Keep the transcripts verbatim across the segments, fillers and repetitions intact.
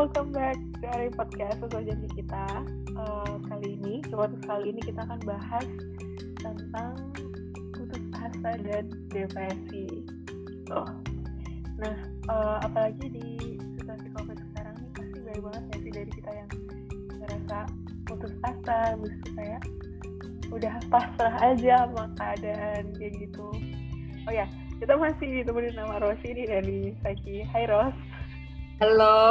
welcome back dari podcast sesuai janji kita. Uh, kali ini, coba kali ini kita akan bahas tentang putus asa dan depresi. Oh. Nah, uh, apalagi di situasi COVID sekarang ini pasti banyak banget ya sih dari kita yang ngerasa putus asa, bisa kayak udah pasrah aja sama keadaan kayak gitu. Oh ya, kita masih ditemenin sama Rosi nih dari Psyche. Hai Ros. Halo.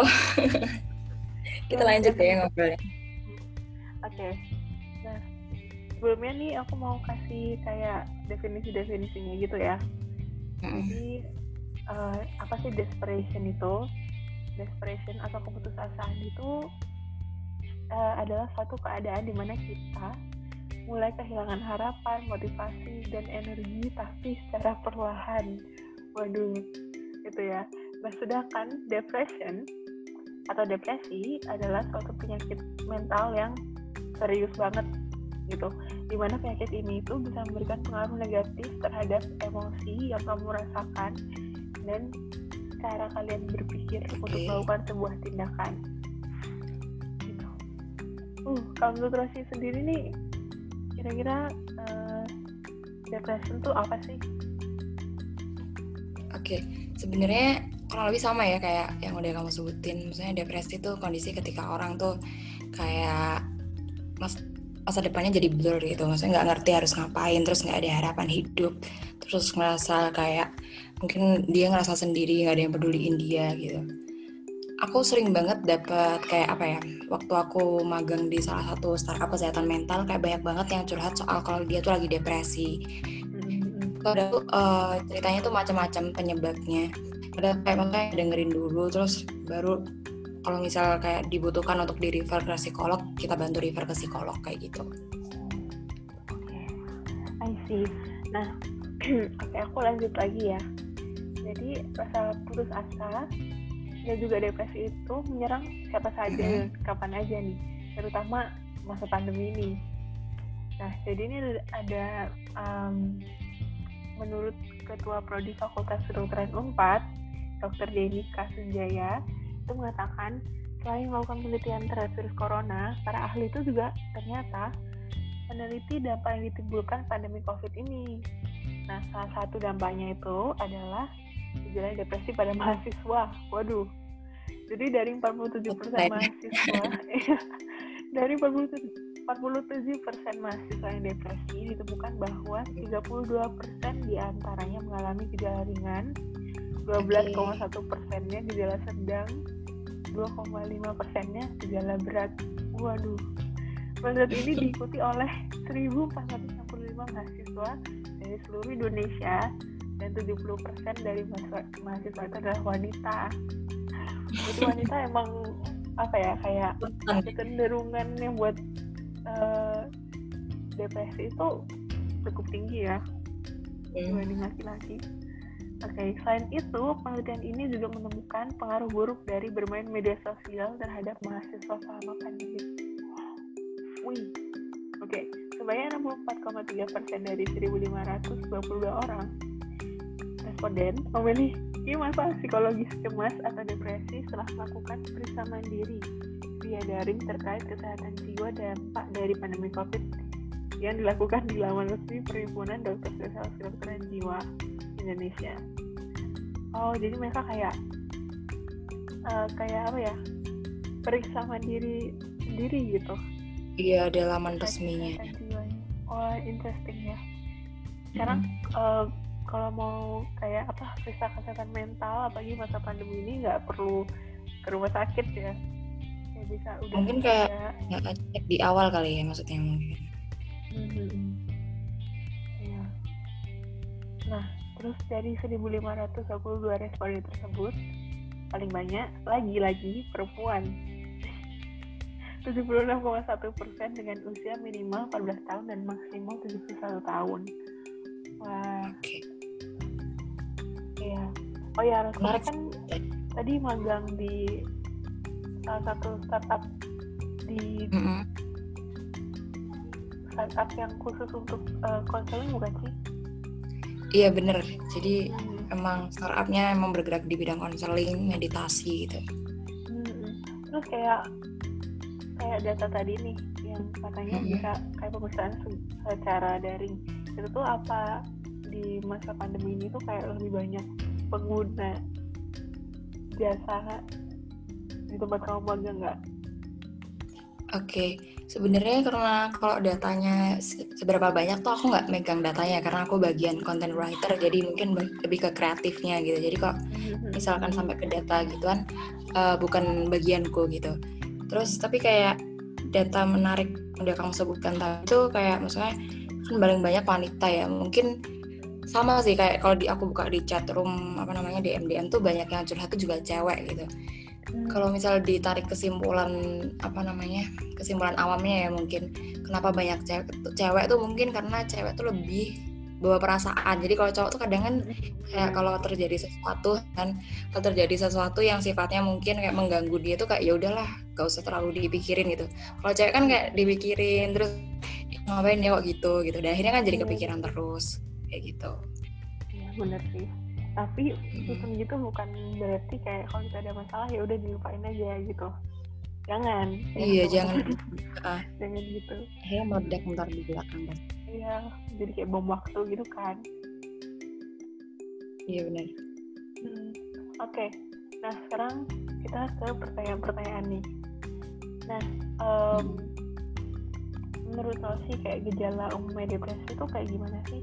Kita lanjut ya ngobrolnya. Oke. Okay. Nah, sebelumnya nih aku mau kasih kayak definisi-definisinya gitu ya. Mm. Jadi uh, apa sih desperation itu? Desperation atau keputusasaan itu uh, adalah suatu keadaan di mana kita mulai kehilangan harapan, motivasi, dan energi tapi secara perlahan. Waduh, gitu ya. Nah, sedangkan depression atau depresi adalah suatu penyakit mental yang serius banget gitu. Dimana penyakit ini itu bisa memberikan pengaruh negatif terhadap emosi yang kamu rasakan dan cara kalian berpikir okay. untuk melakukan sebuah tindakan. Gitu. Uh, kalau menurut Rosi sendiri nih, kira-kira uh, depression tuh apa sih? Oke, okay. Sebenarnya kurang lebih sama ya kayak yang udah kamu sebutin. Maksudnya depresi itu kondisi ketika orang tuh kayak mas, masa depannya jadi blur gitu. Maksudnya nggak ngerti harus ngapain, terus nggak ada harapan hidup, terus ngerasa kayak mungkin dia ngerasa sendiri, nggak ada yang peduliin dia gitu. Aku sering banget dapat kayak apa ya, waktu aku magang di salah satu startup kesehatan mental, kayak banyak banget yang curhat soal kalau dia tuh lagi depresi. Padahal uh, ceritanya tuh macam-macam penyebabnya. Padahal kayak makanya dengerin dulu, terus baru kalau misal kayak dibutuhkan untuk di refer ke psikolog, kita bantu refer ke psikolog kayak gitu. Oke, okay. I see. Nah, oke okay, aku lanjut lagi ya. Jadi rasa putus asa dan juga depresi itu menyerang siapa saja mm-hmm. dan kapan aja nih, terutama masa pandemi ini. Nah, jadi ini ada um, menurut Ketua Prodi Fakultas Kedokteran Unpad, Dokter Denny Kasunjaya, itu mengatakan selain melakukan penelitian terhadap virus corona, para ahli itu juga ternyata meneliti dampak yang ditimbulkan pandemi COVID ini. Nah, salah satu dampaknya itu adalah gejala depresi pada mahasiswa. Waduh. Jadi dari empat puluh tujuh persen mahasiswa, dari empat puluh tujuh persen mahasiswa yang depresi ditemukan bahwa tiga puluh dua persen diantaranya mengalami gejala ringan, dua belas koma satu persennya gejala sedang, dua koma lima persennya gejala berat. Waduh. Menurut ini diikuti oleh seribu empat ratus enam puluh lima mahasiswa dari seluruh Indonesia dan tujuh puluh persen dari mahasiswa, mahasiswa itu adalah wanita. Jadi wanita emang apa ya, kayak kecenderungan yang buat uh, depresi itu cukup tinggi ya dibanding hmm. laki-laki. Oke, okay. Selain itu, penelitian ini juga menemukan pengaruh buruk dari bermain media sosial terhadap mahasiswa selama pandemi. Wih, oke. Okay. Sebanyak enam puluh empat koma tiga persen dari seribu lima ratus dua puluh dua orang responden memilih masalah psikologis cemas atau depresi setelah melakukan periksa mandiri via daring terkait kesehatan jiwa dampak dari pandemi COVID yang dilakukan di laman resmi Perhimpunan Dokter Spesialis Kedokteran Jiwa Indonesia. Oh, jadi mereka kayak uh, kayak apa ya? Periksa mandiri sendiri gitu. Iya, ada laman resminya. Oh, interesting ya. Sekarang mm-hmm. uh, kalau mau kayak apa periksa kesehatan mental apalagi masa pandemi ini nggak perlu ke rumah sakit ya. Ya bisa udah. Mungkin kayak nggak cek di awal kali ya maksudnya mungkin. Mm-hmm. Ya. Nah. Terus dari seribu lima ratus dua puluh dua responden tersebut, paling banyak lagi-lagi perempuan. tujuh puluh enam koma satu persen dengan usia minimal empat belas tahun dan maksimal tujuh puluh satu tahun. Wah. Oke. Okay. Iya. Oh ya, Rosmar kan tadi magang di salah satu startup di mm-hmm. startup yang khusus untuk konseling uh, bukan sih? Iya bener, jadi hmm. emang startupnya emang bergerak di bidang konseling, meditasi gitu. Hmm. Terus kayak kayak data tadi nih yang katanya Mm-hmm. bisa kayak pemeriksaan secara daring, itu tuh apa di masa pandemi ini tuh kayak lebih banyak pengguna jasa di tempat kamu magang nggak? Oke, okay. Sebenarnya karena kalau datanya seberapa banyak tuh aku nggak megang datanya karena aku bagian content writer, jadi mungkin lebih ke kreatifnya gitu. Jadi kok misalkan sampai ke data gituan uh, bukan bagianku gitu. Terus tapi kayak data menarik yang udah kamu sebutkan tadi itu kayak maksudnya kan paling banyak wanita ya, mungkin sama sih kayak kalau di aku buka di chat room apa namanya di M D M tuh banyak yang curhat tuh juga cewek gitu. Hmm. Kalau misal ditarik kesimpulan apa namanya kesimpulan awamnya ya mungkin kenapa banyak cewek cewek tuh mungkin karena cewek tuh lebih bawa perasaan. Jadi kalau cowok tuh kadang kan kayak kalau terjadi sesuatu kan kalau terjadi sesuatu yang sifatnya mungkin kayak mengganggu dia tuh kayak ya udahlah gak usah terlalu dipikirin gitu. Kalau cewek kan kayak dipikirin terus ngapain dia kok gitu gitu. Dan akhirnya kan jadi kepikiran terus kayak gitu. Iya benar sih. Tapi sistem gitu bukan berarti kayak kalau kita ada masalah ya udah dilupain aja gitu. Jangan. Iya ya, jangan. uh, jangan gitu. Akhirnya meledak ntar di belakang kan. Iya, jadi kayak bom waktu gitu kan. Iya benar. Hmm, Oke, okay. Nah sekarang kita ke pertanyaan-pertanyaan nih. Nah, um, hmm. menurut lo sih kayak gejala umumnya depresi itu kayak gimana sih?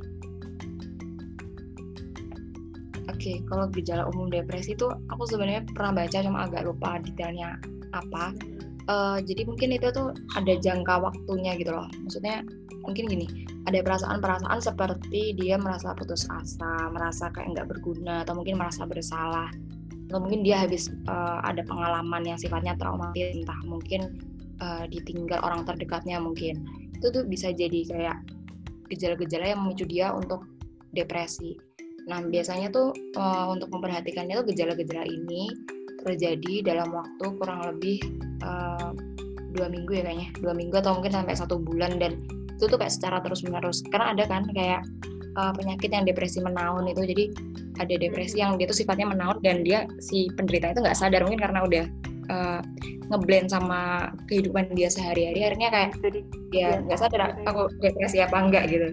Oke, okay, kalau gejala umum depresi itu aku sebenarnya pernah baca cuma agak lupa detailnya apa. Uh, jadi mungkin itu tuh ada jangka waktunya gitu loh. Maksudnya mungkin gini, ada perasaan-perasaan seperti dia merasa putus asa, merasa kayak nggak berguna, atau mungkin merasa bersalah, atau mungkin dia habis uh, ada pengalaman yang sifatnya traumatis, entah mungkin uh, ditinggal orang terdekatnya mungkin. Itu tuh bisa jadi kayak gejala-gejala yang memicu dia untuk depresi. Nah, biasanya tuh uh, untuk memperhatikannya tuh gejala-gejala ini terjadi dalam waktu kurang lebih uh, dua minggu ya kayaknya, dua minggu atau mungkin sampai satu bulan dan itu tuh kayak secara terus-menerus. Karena ada kan kayak uh, penyakit yang depresi menaun itu, jadi ada depresi yang dia tuh sifatnya menaun dan dia si penderita itu nggak sadar mungkin karena udah uh, ngeblend sama kehidupan dia sehari-hari, akhirnya kayak jadi, ya nggak sadar gitu, aku depresi apa enggak gitu.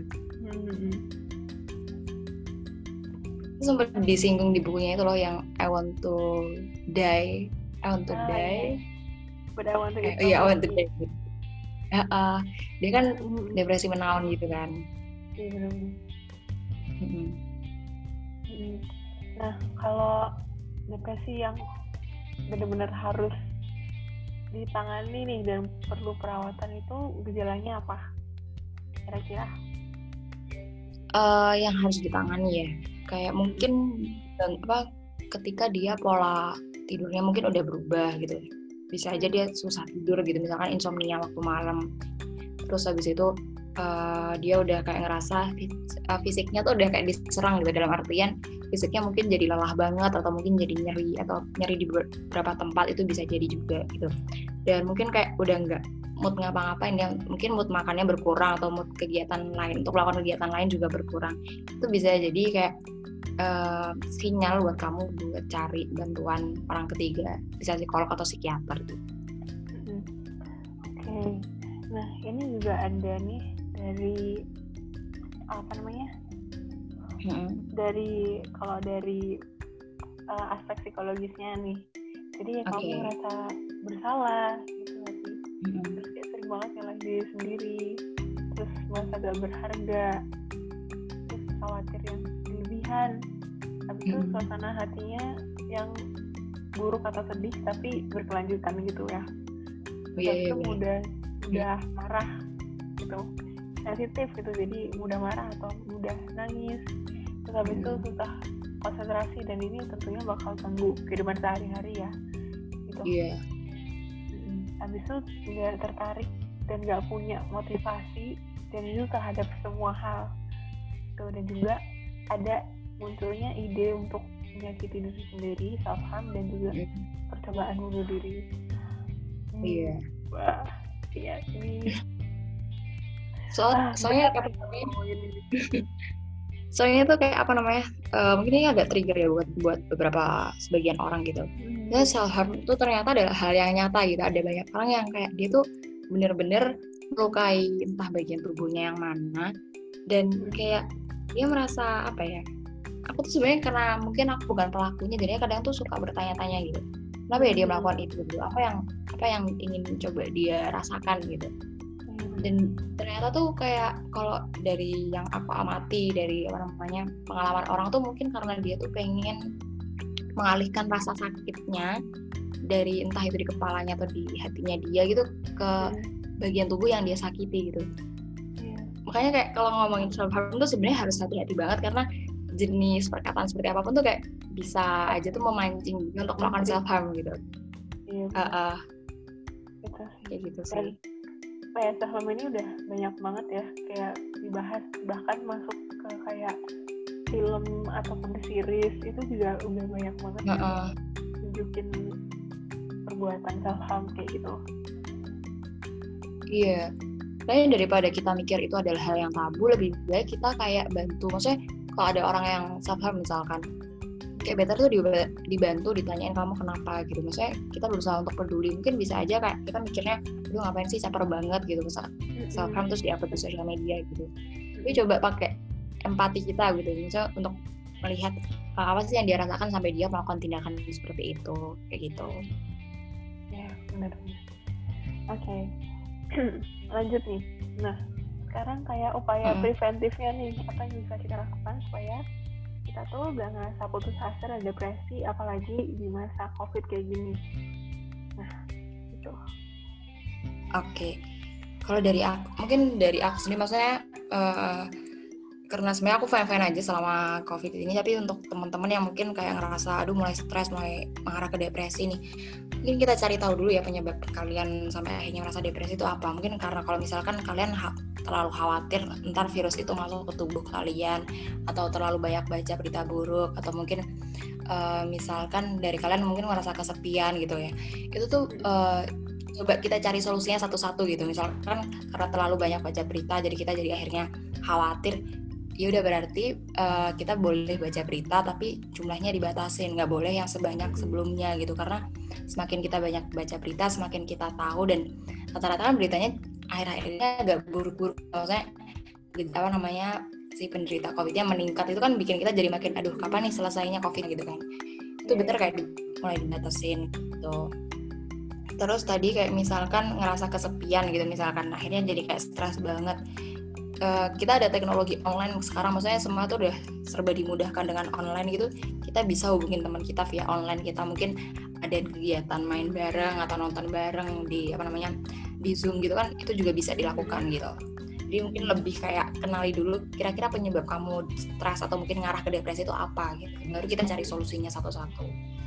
Sempat disinggung di bukunya itu loh yang I want to die, I want to ah, die, but I want to eh, iya I want to die. Uh, uh, dia kan mm-hmm. depresi menaun gitu kan. Mm-hmm. Mm-hmm. Nah kalau depresi yang benar-benar harus ditangani nih dan perlu perawatan itu gejalanya apa? Kira-kira? Uh, yang harus ditangani ya. Kayak mungkin dan apa ketika dia pola tidurnya mungkin udah berubah gitu, bisa aja dia susah tidur gitu, misalkan insomnia waktu malam, terus habis itu uh, dia udah kayak ngerasa uh, fisiknya tuh udah kayak diserang gitu, dalam artian fisiknya mungkin jadi lelah banget atau mungkin jadi nyeri atau nyeri di beberapa tempat, itu bisa jadi juga gitu. Dan mungkin kayak udah nggak mood ngapa-ngapain, yang mungkin mood makannya berkurang atau mood kegiatan lain untuk melakukan kegiatan lain juga berkurang. Itu bisa jadi kayak uh, sinyal buat kamu buat cari bantuan orang ketiga, bisa psikolog atau psikiater gitu. Hmm. Oke, okay. Nah ini juga ada nih dari apa namanya? Hmm. Dari kalau dari uh, aspek psikologisnya nih, jadi okay. Kamu merasa bersalah gitu lagi. Hmm. Terus kayak sering banget nyalahin diri sendiri, terus merasa gak berharga, terus khawatir yang berlebihan, habis itu hmm. suasana hatinya yang buruk atau sedih tapi berkelanjutan gitu ya. Terus yeah, itu yeah, mudah yeah. mudah marah gitu, sensitif gitu, jadi mudah marah atau mudah nangis, terus habis itu hmm. susah konsentrasi, dan ini tentunya bakal ganggu kehidupan sehari-hari ya gitu. Iya. Yeah. Habis itu nggak tertarik dan nggak punya motivasi dan itu terhadap semua hal gitu. Dan juga ada munculnya ide untuk menyakiti diri sendiri, self harm, dan juga mm. percobaan bunuh diri. Iya. Hmm. Wah, iya ini. Soal, ah, soalnya apa soalnya tuh kayak apa namanya, uh, mungkin ini agak trigger ya buat buat beberapa sebagian orang gitu. Hmm. Ya self harm itu ternyata adalah hal yang nyata gitu. Ada banyak orang yang kayak dia tuh bener-bener melukai entah bagian tubuhnya yang mana, dan kayak dia merasa apa ya, aku tuh sebenarnya karena mungkin aku bukan pelakunya, jadi kadang tuh suka bertanya-tanya gitu, kenapa ya dia melakukan itu gitu, apa yang apa yang ingin coba dia rasakan gitu. Dan ternyata tuh kayak kalau dari yang aku amati dari apa namanya pengalaman orang tuh mungkin karena dia tuh pengen mengalihkan rasa sakitnya dari entah itu di kepalanya atau di hatinya dia gitu ke bagian tubuh yang dia sakiti gitu. Yeah. Makanya kayak kalau ngomongin self harm tuh sebenarnya harus hati-hati banget, karena jenis perkataan seperti apapun tuh kayak bisa aja tuh memancing untuk melakukan self harm gitu. Iya. Yeah. Uh, uh, gitu kayak gitu sih. Dan kayak self harm ini udah banyak banget ya kayak dibahas, bahkan masuk ke kayak film ataupun series itu juga udah banyak banget uh, uh. tunjukin perbuatan self harm kayak gitu. Iya, kayaknya daripada kita mikir itu adalah hal yang tabu, lebih baik kita kayak bantu. Maksudnya kalau ada orang yang self harm misalkan, kayak better tuh dibantu, ditanyain kamu kenapa gitu. Maksudnya kita berusaha untuk peduli. Mungkin bisa aja kayak kita mikirnya, aduh ngapain sih, caper banget gitu, misal self harm terus di-upload di sosial media gitu. Tapi coba pakai empati kita gitu, misalnya untuk melihat apa sih yang dia rasakan sampai dia melakukan tindakan seperti itu, kayak gitu. Ya benar. Oke. Okay. Lanjut nih. Nah, sekarang kayak upaya hmm. preventifnya nih, apa yang bisa kita lakukan supaya kita tuh gak ngerasa putus asa dan depresi, apalagi di masa COVID kayak gini. Nah, gitu. Oke. Okay. Kalau dari aku, mungkin dari aku sendiri maksudnya uh, karena sebenarnya aku fine-fine aja selama COVID ini, tapi untuk teman-teman yang mungkin kayak ngerasa aduh mulai stres, mulai mengarah ke depresi nih, mungkin kita cari tahu dulu ya penyebab kalian sampai akhirnya merasa depresi itu apa. Mungkin karena kalau misalkan kalian ha- terlalu khawatir entar virus itu masuk ke tubuh kalian, atau terlalu banyak baca berita buruk, atau mungkin uh, misalkan dari kalian mungkin merasa kesepian gitu ya, itu tuh uh, coba kita cari solusinya satu-satu gitu. Misalkan karena terlalu banyak baca berita jadi kita jadi akhirnya khawatir, ya udah berarti uh, kita boleh baca berita tapi jumlahnya dibatasin, nggak boleh yang sebanyak sebelumnya gitu, karena semakin kita banyak baca berita semakin kita tahu, dan rata-rata kan beritanya akhir-akhirnya agak buruk-buruk, maksudnya apa namanya si penderita COVID-nya meningkat, itu kan bikin kita jadi makin aduh kapan nih selesainya COVID gitu kan. Itu bener kayak di, mulai dibatasin gitu. Terus tadi kayak misalkan ngerasa kesepian gitu, misalkan akhirnya jadi kayak stres banget. Uh, kita ada teknologi online sekarang, maksudnya semua tuh udah serba dimudahkan dengan online gitu. Kita bisa hubungin teman kita via online, kita mungkin ada kegiatan main bareng atau nonton bareng di apa namanya di Zoom gitu kan, itu juga bisa dilakukan gitu. Jadi mungkin lebih kayak kenali dulu kira-kira penyebab kamu stres atau mungkin ngarah ke depresi itu apa gitu, baru kita cari solusinya satu-satu.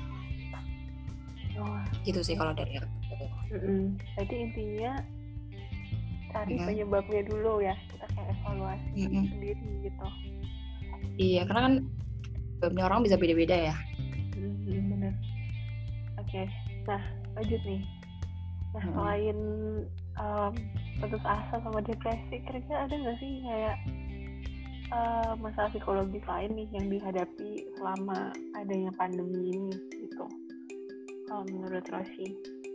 Oh, gitu sih kalau dari aku. Mm-mm. Jadi intinya cari mm-hmm. penyebabnya dulu ya, kita kayak evaluasi mm-hmm. sendiri gitu. Iya, karena kan penyebabnya orang bisa beda-beda ya. Mm-hmm, benar. Oke, okay. Nah lanjut nih. Nah mm-hmm. selain um, putus asa sama depresi, kira-kira ada nggak sih kayak uh, masalah psikologis lain nih yang dihadapi selama adanya pandemi ini gitu? Kalau menurut Roshi?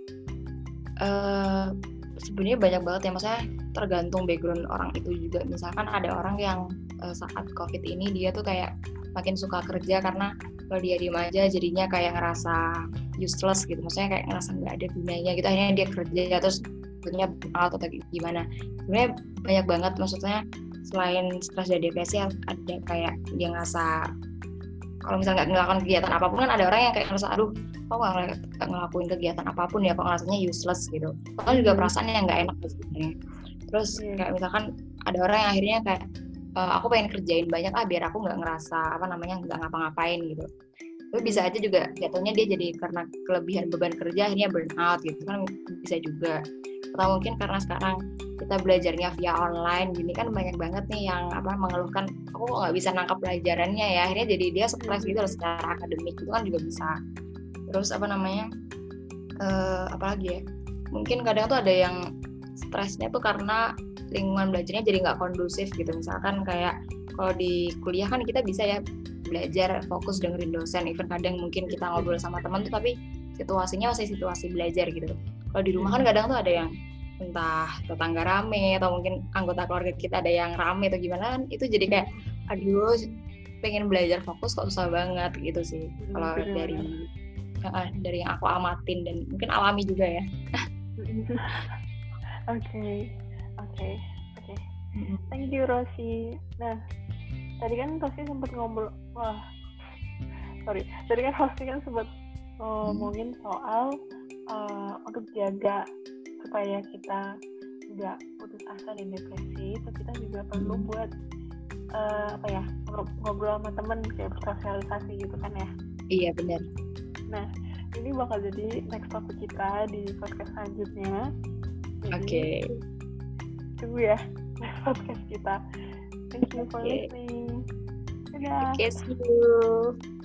Uh, sebenarnya banyak banget ya, maksudnya tergantung background orang itu juga. Misalkan ada orang yang uh, saat COVID ini dia tuh kayak makin suka kerja karena kalau dia diem aja jadinya kayak ngerasa useless gitu, maksudnya kayak ngerasa nggak ada gunanya gitu, akhirnya dia kerja terus punya burnout atau gimana. Sebenarnya banyak banget, maksudnya selain stres dan depresi ada kayak dia ngerasa kalau misalnya nggak ngelakuin kegiatan apapun, kan ada orang yang kayak ngerasa aduh kok nggak ngelakuin kegiatan apapun ya, kok ngerasanya useless gitu. Kan juga perasaan yang nggak enak sebenarnya. Terus kayak misalkan ada orang yang akhirnya kayak e, aku pengen kerjain banyak ah biar aku nggak ngerasa apa namanya nggak ngapa-ngapain gitu. Tapi bisa aja juga jatuhnya dia jadi karena kelebihan beban kerja akhirnya burnout gitu kan, bisa juga. Atau mungkin karena sekarang kita belajarnya via online gini kan, banyak banget nih yang apa mengeluhkan aku kok nggak bisa nangkap pelajarannya ya, akhirnya jadi dia stres gitu loh secara akademik, itu kan juga bisa. Terus apa namanya uh, apalagi ya, mungkin kadang tuh ada yang stresnya tuh karena lingkungan belajarnya jadi nggak kondusif gitu, misalkan kayak kalau di kuliah kan kita bisa ya belajar fokus dengerin dosen, even kadang mungkin kita ngobrol sama teman tuh tapi situasinya masih situasi belajar gitu. Kalau di rumah kan kadang tuh ada yang entah tetangga rame atau mungkin anggota keluarga kita ada yang rame atau gimana kan, itu jadi kayak aduh pengen belajar fokus kok susah banget gitu sih. Kalau dari uh, dari yang aku amatin dan mungkin alami juga ya. Oke, oke, oke. Thank you Rosi. Nah, tadi kan Rosi sempat ngobrol, wah, sorry. Tadi kan Rosi kan sempat ngomongin soal uh, untuk jaga supaya kita nggak putus asa dan depresi, itu kita juga perlu hmm. buat uh, apa ya ngobrol sama temen kayak bersosialisasi gitu kan ya. Iya benar. Nah ini bakal jadi next topik kita di podcast selanjutnya. Oke. Okay. Tunggu ya next podcast kita. Thank you for okay. listening. Dadah. Okay, see you.